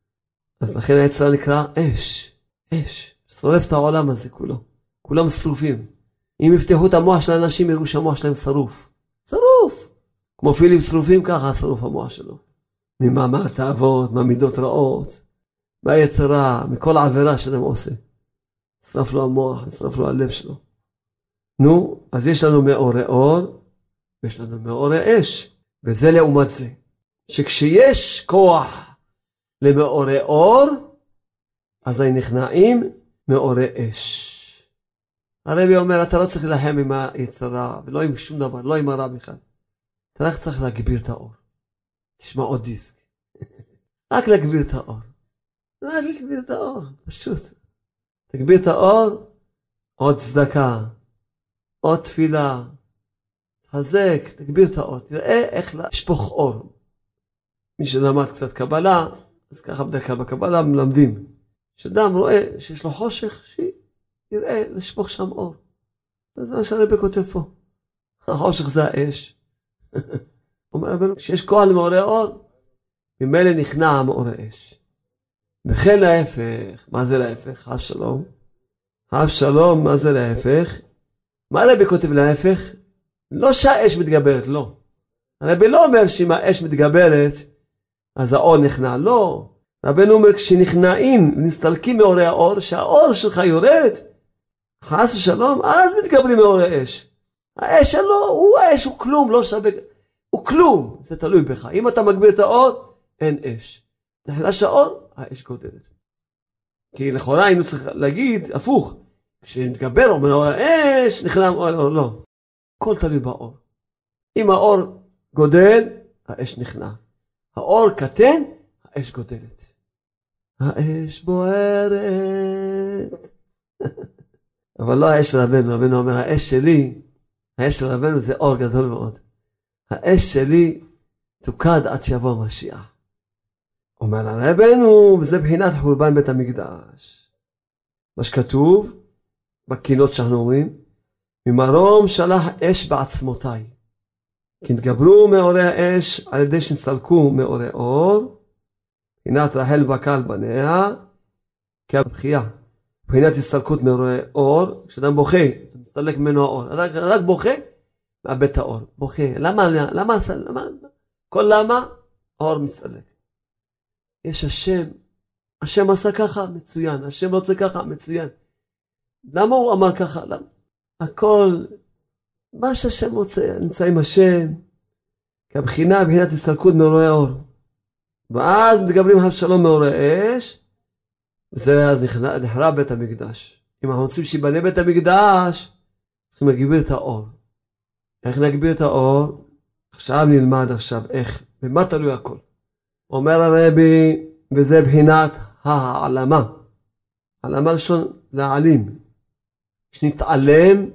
אז לכן היצר נקרא אש, אש, שורף את העולם הזה כולו, כולם שרופים. אם יפתחו את המוח של האנשים, יראו שהמוח שלהם שרוף, שרוף, כמו פילים שרופים, ככה שרוף המוח שלו. ממה תאוות, מהמידות רעות, מהיצרה, מכל העבירה שלהם עושה. שרף לו המוח, שרף לו הלב שלו. נו, אז יש לנו מאורי אור, ויש לנו מאורי אש, וזה לעומת זה. שכשיש כוח למאורי אור, אז הם נכנעים מאורי אש. הרבי אומר, אתה לא צריך להילחם עם היצרה, ולא עם שום דבר, לא עם הרע בכלל. אתה רק צריך להגביר את האור. תשמע עוד דיסק. רק להגביר את האור. רק להגביר את האור, פשוט. תגביר את האור, עוד צדקה, עוד תפילה. תחזק, תגביר את האור. תראה איך לשפוך אור. מי שלמד קצת קבלה, אז ככה בדרך כלל בקבלה מלמדים. שאדם רואה שיש לו חושך, שיראה לשפוך שם אור. וזה מה שהרבי כותב פה. החושך זה האש. אומר רבנו, כשיש כוח למאורי אור, ממילא נכנע מאורי אש. וכן להפך, מה זה להפך? חס שלום. חס שלום, מה זה להפך? מה הרבי כותב להפך? לא שהאש מתגברת, לא. הרבי לא אומר שאם האש מתגברת, אז האור נכנע, לא. רבנו אומר, כשנכנעים ונסתלקים מאורי האור, שהאור שלך יורד, חס ושלום, אז מתגברים מאורי אש. האש שלו, הוא האש, הוא כלום, לא שווה, הוא כלום, זה תלוי בך. אם אתה מגביר את האור, אין אש. נחלש האור, האש גודלת. כי לכאורה היינו צריכים להגיד, הפוך, כשנתגבר אומר האור האש, נכנע האור, לא. הכל תלוי באור. אם האור גודל, האש נכנע. האור קטן, האש גודלת. האש בוערת. אבל לא האש של רבנו, רבנו אומר, האש שלי, האש של רבנו זה אור גדול מאוד. האש שלי תוקד עד שיבוא המשיח. אומר רבנו, וזה בחינת חורבן בית המקדש. מה שכתוב, בקינות שאנחנו אומרים, ממרום שלח אש בעצמותיי. כי נתגברו מאורי האש על ידי שנסתלקו מאורי אור, בחינת רחל בקל בניה, כבחייה. בחינת הסתלקות מאורי אור, כשאדם בוכה, מסתלק ממנו האור. רק, רק בוכה, מאבד את האור. בוכה. למה? למה? למה? כל למה? האור מסתלק. יש השם. השם עשה ככה, מצוין. השם רוצה ככה, מצוין. למה הוא אמר ככה? למה? הכל, מה שהשם רוצה, נמצא עם השם. כבחינה, בחינת הסתלקות מאורי האור. ואז מתגברים חס שלום מאורי אש, וזה אז נחרב בית המקדש. אם אנחנו רוצים שיבנה בית המקדש, צריכים להגביר את האור. איך נגביר את האור? עכשיו נלמד עכשיו איך, ומה תלוי הכל. אומר הרבי, וזה בחינת העלמה. העלמה לשון להעלים. שנתעלם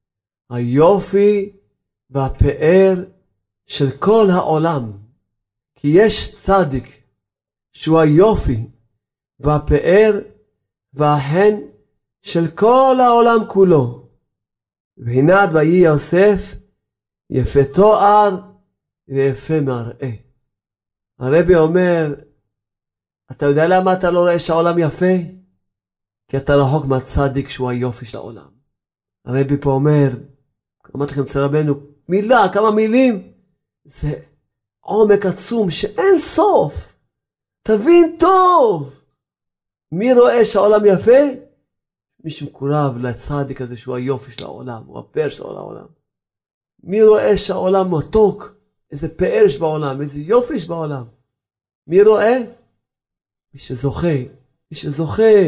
היופי והפאר של כל העולם. כי יש צדיק שהוא היופי והפאר והחן של כל העולם כולו. בחינת ויהי יוסף יפה תואר ויפה מראה. הרבי אומר, אתה יודע למה אתה לא רואה שהעולם יפה? כי אתה רחוק מהצדיק שהוא היופי של העולם. הרבי פה אומר, אמרתי לכם אצל רבנו, מילה, כמה מילים, זה עומק עצום שאין סוף. תבין טוב. מי רואה שהעולם יפה? מי שמקורב לצדיק הזה שהוא היופי של העולם, הוא הפאר של העולם. מי רואה שהעולם מתוק? איזה פאר יש בעולם, איזה יופי יש בעולם. מי רואה? מי שזוכה, מי שזוכה,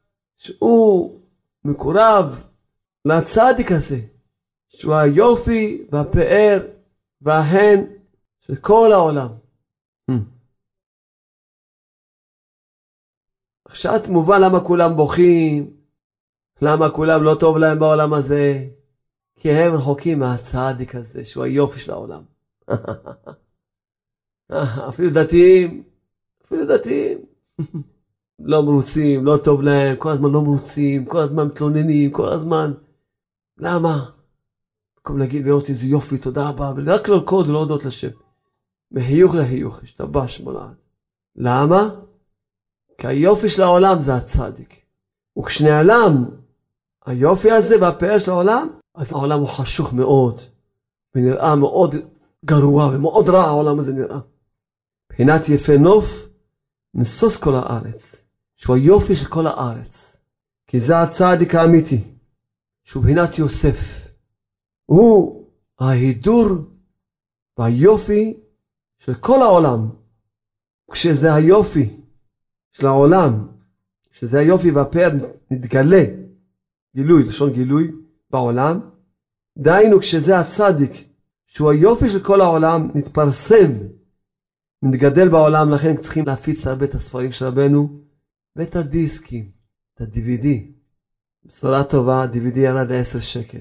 שהוא מקורב לצדיק הזה, שהוא היופי והפאר וההן של כל העולם. עכשיו מובן למה כולם בוכים, למה כולם לא טוב להם בעולם הזה, כי הם רחוקים מהצדיק הזה, שהוא היופי של העולם. אפילו דתיים, אפילו דתיים, לא מרוצים, לא טוב להם, כל הזמן לא מרוצים, כל הזמן מתלוננים, כל הזמן. למה? במקום להגיד לראות איזה יופי, תודה רבה, ורק לרקוד ולהודות לשם. מחיוך לחיוך, השתבש מולד. למה? כי היופי של העולם זה הצדיק. וכשנעלם היופי הזה והפאר של העולם, אז העולם הוא חשוך מאוד, ונראה מאוד גרוע ומאוד רע העולם הזה נראה. מבחינת יפה נוף, נשוש כל הארץ, שהוא היופי של כל הארץ. כי זה הצדיק האמיתי, שהוא מבחינת יוסף. הוא ההידור והיופי של כל העולם. כשזה היופי של העולם, שזה היופי והפאר נתגלה, גילוי, לשון גילוי בעולם, דהיינו כשזה הצדיק, שהוא היופי של כל העולם, נתפרסם, נתגדל בעולם, לכן צריכים להפיץ הרבה את הספרים של רבנו, ואת הדיסקים, את ה-די וי די. בשורה טובה, די וי די ירד ל-עשרה שקל.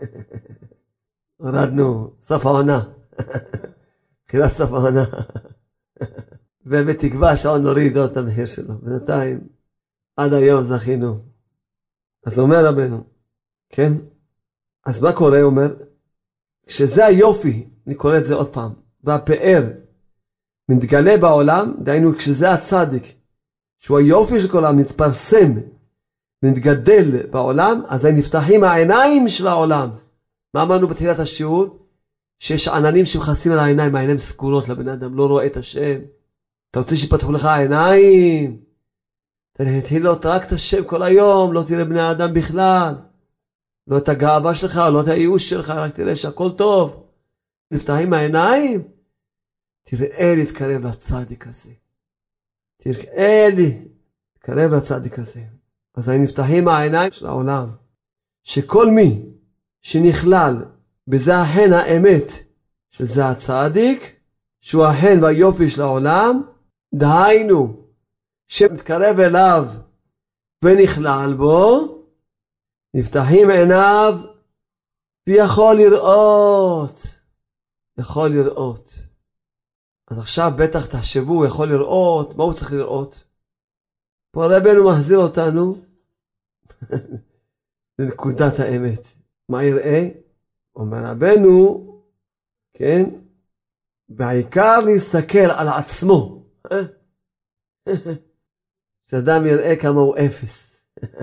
הורדנו, סוף העונה. תחילת סוף העונה. ובתקווה שעוד נוריד עוד את המחיר שלו. בינתיים, עד היום זכינו. אז אומר רבנו, כן? אז מה קורה? אומר, כשזה היופי, אני קורא את זה עוד פעם, והפאר מתגלה בעולם, דהיינו כשזה הצדיק, שהוא היופי של כל העולם, נתפרסם, נתגדל בעולם, אז נפתחים העיניים של העולם. מה אמרנו בתחילת השיעור? שיש עננים שמכסים על העיניים, העיניים סגורות לבן אדם, לא רואה את השם. אתה רוצה שיפתחו לך העיניים? תתחיל לראות רק את השם כל היום, לא תראה בני האדם בכלל. לא את הגאווה שלך, לא את הייאוש שלך, רק תראה שהכל טוב. נפתחים העיניים, תראה לי, תקרב לצדיק הזה. תראה לי, תקרב לצדיק הזה. אז נפתחים העיניים של העולם. שכל מי שנכלל בזה החן האמת, שזה הצדיק, שהוא החן והיופי של העולם, דהיינו, שמתקרב אליו ונכלל בו, נפתחים עיניו ויכול לראות. יכול לראות. אז עכשיו בטח תחשבו, הוא יכול לראות, מה הוא צריך לראות? פה רבנו מחזיר אותנו לנקודת האמת. מה יראה? אומר רבנו, כן, בעיקר להסתכל על עצמו. שאדם יראה כמה הוא אפס.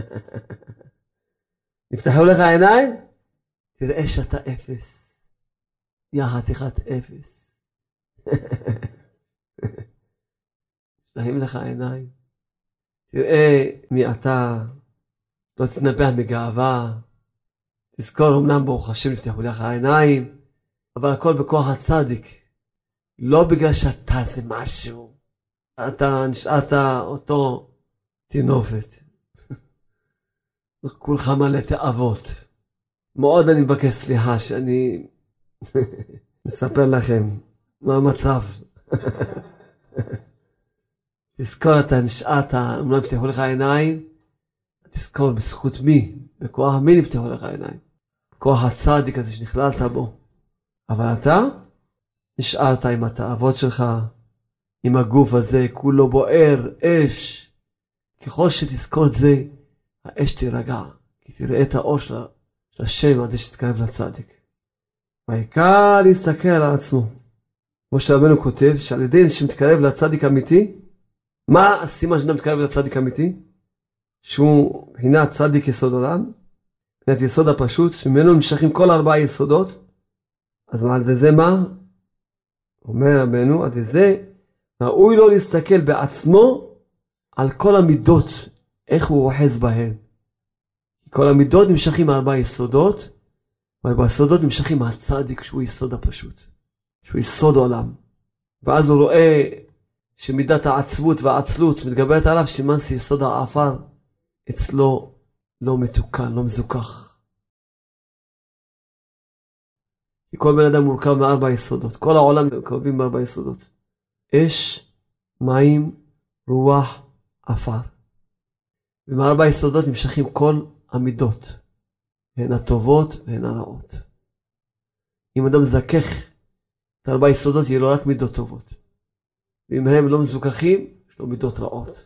נפתחו לך העיניים, תראה שאתה אפס. יא חתיכת אפס. נפתחים לך העיניים. תראה מי אתה, לא תתנבח מגאווה. תזכור, אמנם ברוך השם נפתחו לך העיניים, אבל הכל בכוח הצדיק. לא בגלל שאתה זה משהו. אתה נשארת אותו תינופת. כולך מלא תאוות. מאוד אני מבקש סליחה שאני מספר לכם מה המצב. תזכור, אתה נשארת, אם לא נפתחו לך העיניים, תזכור בזכות מי, בכוח מי נפתחו לך העיניים. בכוח הצדיק הזה שנכללת בו. אבל אתה נשארת עם התאוות שלך, עם הגוף הזה, כולו בוער, אש. ככל שתזכור את זה, האש תירגע, כי תראה את האור של השם עד שתתקרב לצדיק. העיקר להסתכל על עצמו. כמו שרבנו כותב, שעל ידי שמתקרב לצדיק אמיתי, מה הסימן שאדם מתקרב לצדיק אמיתי? שהוא מבחינת צדיק יסוד עולם, מבחינת יסוד הפשוט, שממנו נמשכים כל ארבעה יסודות. אז על ידי זה מה? אומר רבנו, עד זה ראוי לו להסתכל בעצמו על כל המידות, איך הוא רוחז בהן. כל המידות נמשכים מארבעה יסודות, אבל ביסודות נמשכים מהצדיק שהוא יסוד הפשוט, שהוא יסוד עולם. ואז הוא רואה שמידת העצבות והעצלות מתגברת עליו, סימן שיסוד העפר אצלו לא מתוקן, לא מזוכח. כי כל בן אדם מורכב מארבע יסודות, כל העולם מורכבים מארבע יסודות. אש, מים, רוח, עפר. ומארבע יסודות נמשכים כל המידות, הן הטובות והן הרעות. אם אדם זכך את ארבע יסודות, יהיה לו רק מידות טובות. ואם הם לא מזוכחים, יש לו מידות רעות.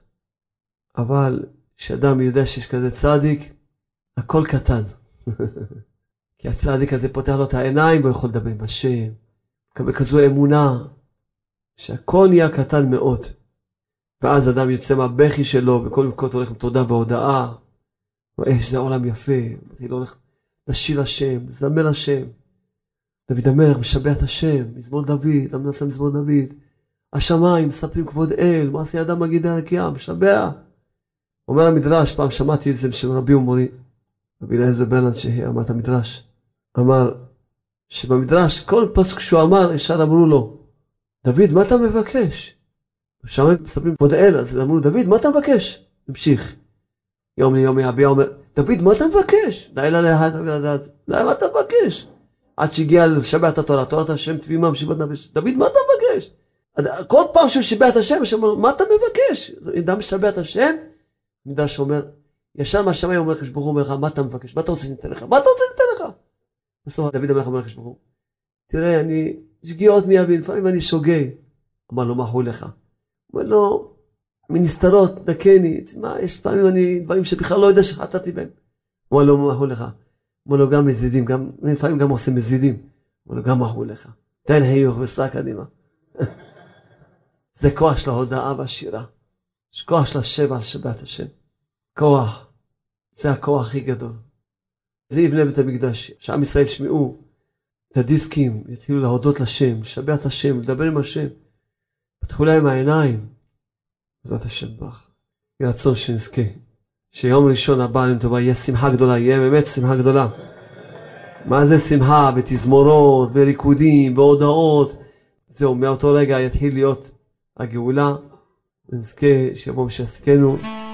אבל כשאדם יודע שיש כזה צדיק, הכל קטן. כי הצדיק הזה פותח לו את העיניים, והוא יכול לדבר עם השם. מקבל כזו אמונה, שהכל נהיה קטן מאוד. ואז אדם יוצא מהבכי שלו, וכל מקות הולך עם תודה והודאה. רואה שזה עולם יפה, מתחיל הולך לשיר השם, לזמר השם. דוד המלך משבח את השם, מזמור דוד, למה נעשה מזמור דוד? השמיים מספרים כבוד אל, מעשי אדם מגיד הנקייה, משבח. אומר המדרש, פעם שמעתי את זה של רבי ומורי, רבי אליעזר ברלנד שאמר את המדרש, אמר שבמדרש כל פסוק שהוא אמר, ישר אמרו לו, דוד, מה אתה מבקש? השמיים מספרים כבוד אל, אז אמרו לו, דוד, מה אתה מבקש? המשיך. יום ליום יביע אומר, דוד, מה אתה מבקש? לילה לאחד, לילה, מה אתה מבקש? עד שהגיע לשבח את התורה, תורת השם תבימה משיבת נפש. דוד, מה אתה מבקש? כל פעם שהוא שיבח את השם, השם אומר, מה אתה מבקש? אדם משבח את השם, מדרש אומר, ישר מהשמיים אומר לקדוש ברוך הוא, אומר לך, מה אתה מבקש? מה אתה רוצה שניתן לך? מה אתה רוצה שניתן לך? בסוף דוד המלך אומר לקדוש ברוך הוא, תראה, אני שגיאות מיבין, לפעמים אני שוגה. אמר לו, מה הוא לך? אומר לו, מנסתרות, נקני, מה, יש פעמים אני, דברים שבכלל לא יודע שחטאתי בהם. אמר לו, מה הוא לך? אמר לו, גם מזידים, גם, לפעמים גם עושים מזידים. אמר לו, גם מה הוא לך? תן היוך וסע קדימה. זה כוח של ההודעה והשירה. יש כוח של השבע על שבת השם. כוח. זה הכוח הכי גדול. זה יבנה בית המקדש. שעם ישראל שמעו את הדיסקים, יתחילו להודות לשם, לשבח את השם, לדבר עם השם. פתחו להם העיניים. בעזרת השם ברך. יהי רצון שנזכה. שיום ראשון הבא עלינו טובה יהיה שמחה גדולה, יהיה באמת שמחה גדולה. מה זה שמחה? ותזמורות, וריקודים, והודעות. זהו, מאותו רגע יתחיל להיות הגאולה. ונזכה שיבוא משעסקנו.